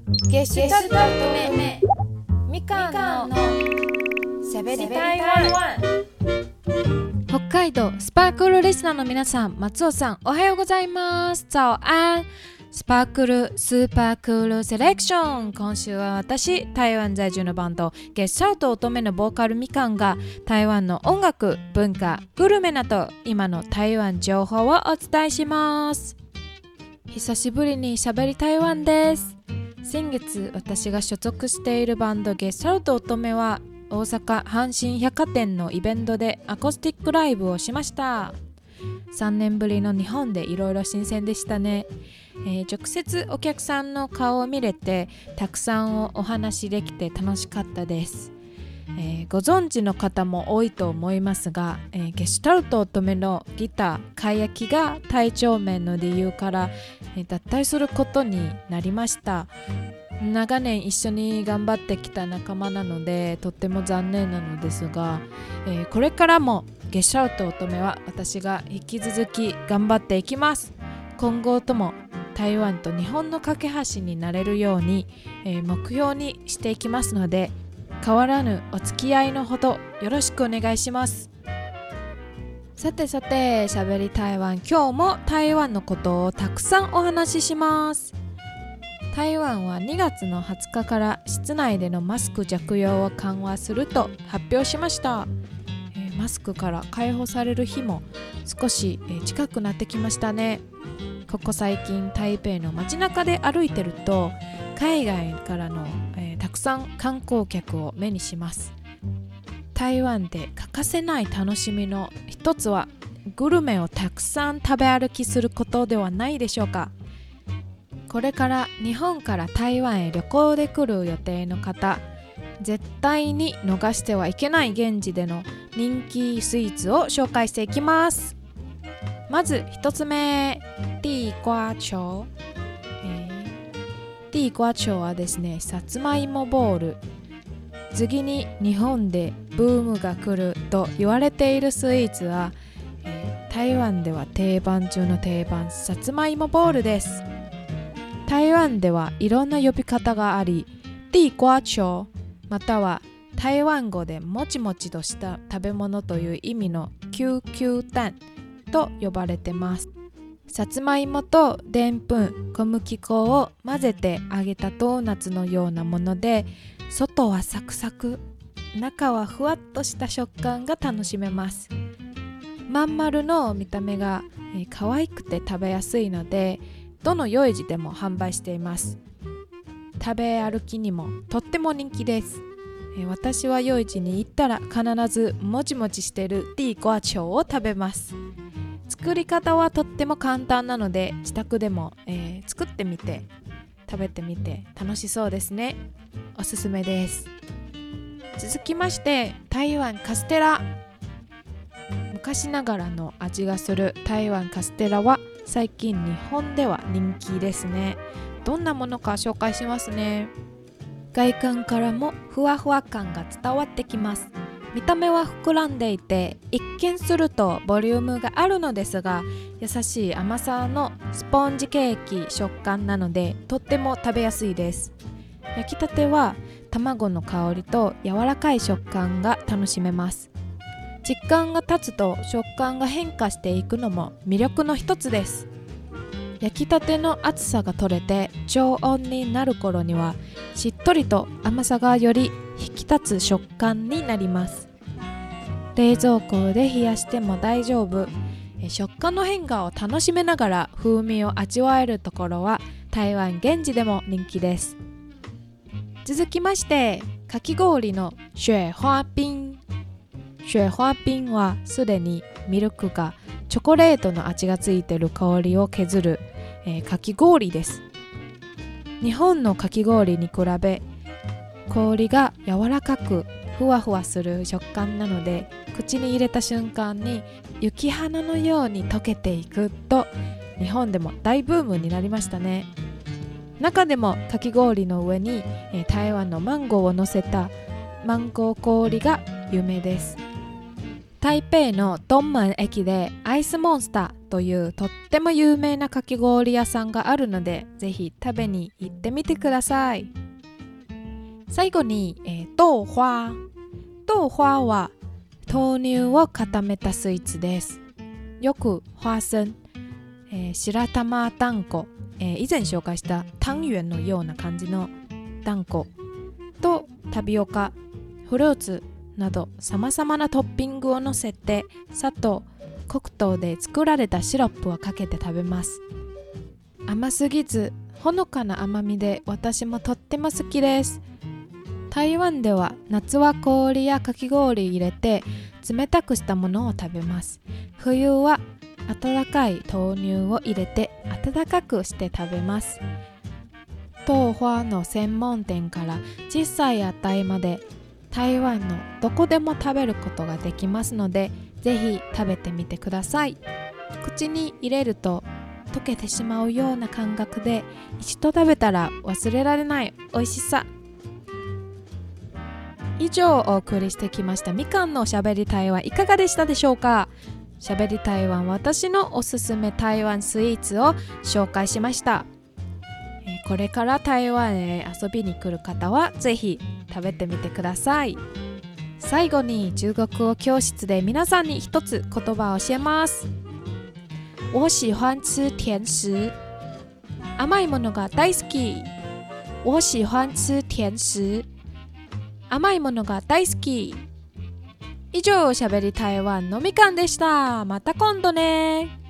ゲシュタルト目みかんのしゃべり台湾。北海道スパークルリスナーの皆さん、松尾さんおはようございます。早安。スパークルスーパークールセレクション。今週は私、台湾在住のバンドゲシャウト乙女のボーカルみかんが台湾の音楽、文化、グルメなど今の台湾情報をお伝えします。久しぶりにしゃべり台湾です。先月私が所属しているバンドゲシャウト乙女は大阪阪神百貨店のイベントでアコースティックライブをしました。3年ぶりの日本でいろいろ新鮮でしたね。直接お客さんの顔を見れてたくさんお話できて楽しかったです。ご存知の方も多いと思いますが、ゲシュタルト乙女のギターかやきが体調面の理由から、脱退することになりました。長年一緒に頑張ってきた仲間なのでとっても残念なのですが、これからもゲシュタルト乙女は私が引き続き頑張っていきます。今後とも台湾と日本の架け橋になれるように、目標にしていきますので、変わらぬお付き合いのほどよろしくお願いします。さてしゃべり台湾、今日も台湾のことをたくさんお話しします。台湾は2月の20日から室内でのマスク着用を緩和すると発表しました。マスクから解放される日も少し近くなってきましたね。ここ最近台北の街中で歩いてると海外からの、たくさん観光客を目にします。台湾で欠かせない楽しみの一つはグルメをたくさん食べ歩きすることではないでしょうか。これから日本から台湾へ旅行で来る予定の方、絶対に逃してはいけない現地での人気スイーツを紹介していきます。まず一つ目、地瓜球。地瓜球はですね、さつまいもボール。次に日本でブームが来ると言われているスイーツは、台湾では定番中の定番、さつまいもボールです。台湾ではいろんな呼び方があり、地瓜球または台湾語でもちもちとした食べ物という意味のキューキュータンと呼ばれてます。さつまいもとでんぷん、小麦粉を混ぜて揚げたドーナツのようなもので、外はサクサク、中はふわっとした食感が楽しめます。まん丸の見た目が、可愛くて食べやすいので、どの夜市でも販売しています。食べ歩きにもとっても人気です。私は夜市に行ったら必ずもちもちしてる地瓜球を食べます。作り方はとっても簡単なので自宅でも、作ってみて食べてみて楽しそうですね。おすすめです。続きまして台湾カステラ。昔ながらの味がする台湾カステラは最近日本では人気ですね。どんなものか紹介しますね。外観からもふわふわ感が伝わってきます。見た目は膨らんでいて一見するとボリュームがあるのですが、優しい甘さのスポンジケーキ食感なのでとっても食べやすいです。焼きたては卵の香りと柔らかい食感が楽しめます。時間が経つと食感が変化していくのも魅力の一つです。焼きたての熱さが取れて常温になる頃にはしっとりと甘さがより引き立つ食感になります。冷蔵庫で冷やしても大丈夫。食感の変化を楽しめながら風味を味わえるところは台湾現地でも人気です。続きましてかき氷の雪花冰。雪花冰はすでにミルクがチョコレートの味がついている氷を削る、かき氷です。日本のかき氷に比べ氷が柔らかくふわふわする食感なので、口に入れた瞬間に雪花のように溶けていくと日本でも大ブームになりましたね。中でもかき氷の上に、台湾のマンゴーを乗せたマンゴー氷が有名です。 台北の東門駅でアイスモンスターというとっても有名なかき氷屋さんがあるので、ぜひ食べに行ってみてください。最後に、豆花。豆花は豆乳を固めたスイーツです。よく花生、白玉団子、以前紹介した湯圓のような感じの団子とタピオカ、フルーツなどさまざまなトッピングを乗せて、砂糖、黒糖で作られたシロップをかけて食べます。甘すぎずほのかな甘みで私もとっても好きです。台湾では夏は氷やかき氷入れて冷たくしたものを食べます。冬は温かい豆乳を入れて温かくして食べます。豆花の専門店から小さい屋台まで台湾のどこでも食べることができますので、ぜひ食べてみてください。口に入れると溶けてしまうような感覚で、一度食べたら忘れられない美味しさ。以上お送りしてきましたみかんのおしゃべり台湾、いかがでしたでしょうか。しゃべり台湾、私のおすすめ台湾スイーツを紹介しました。これから台湾へ遊びに来る方はぜひ食べてみてください。最後に中国語教室で皆さんに一つ言葉を教えます。我喜欢吃甜食。甘いものが大好き。我喜欢吃甜食。甘いものが大好き。以上、しゃべり台湾のみかんでした。また今度ね。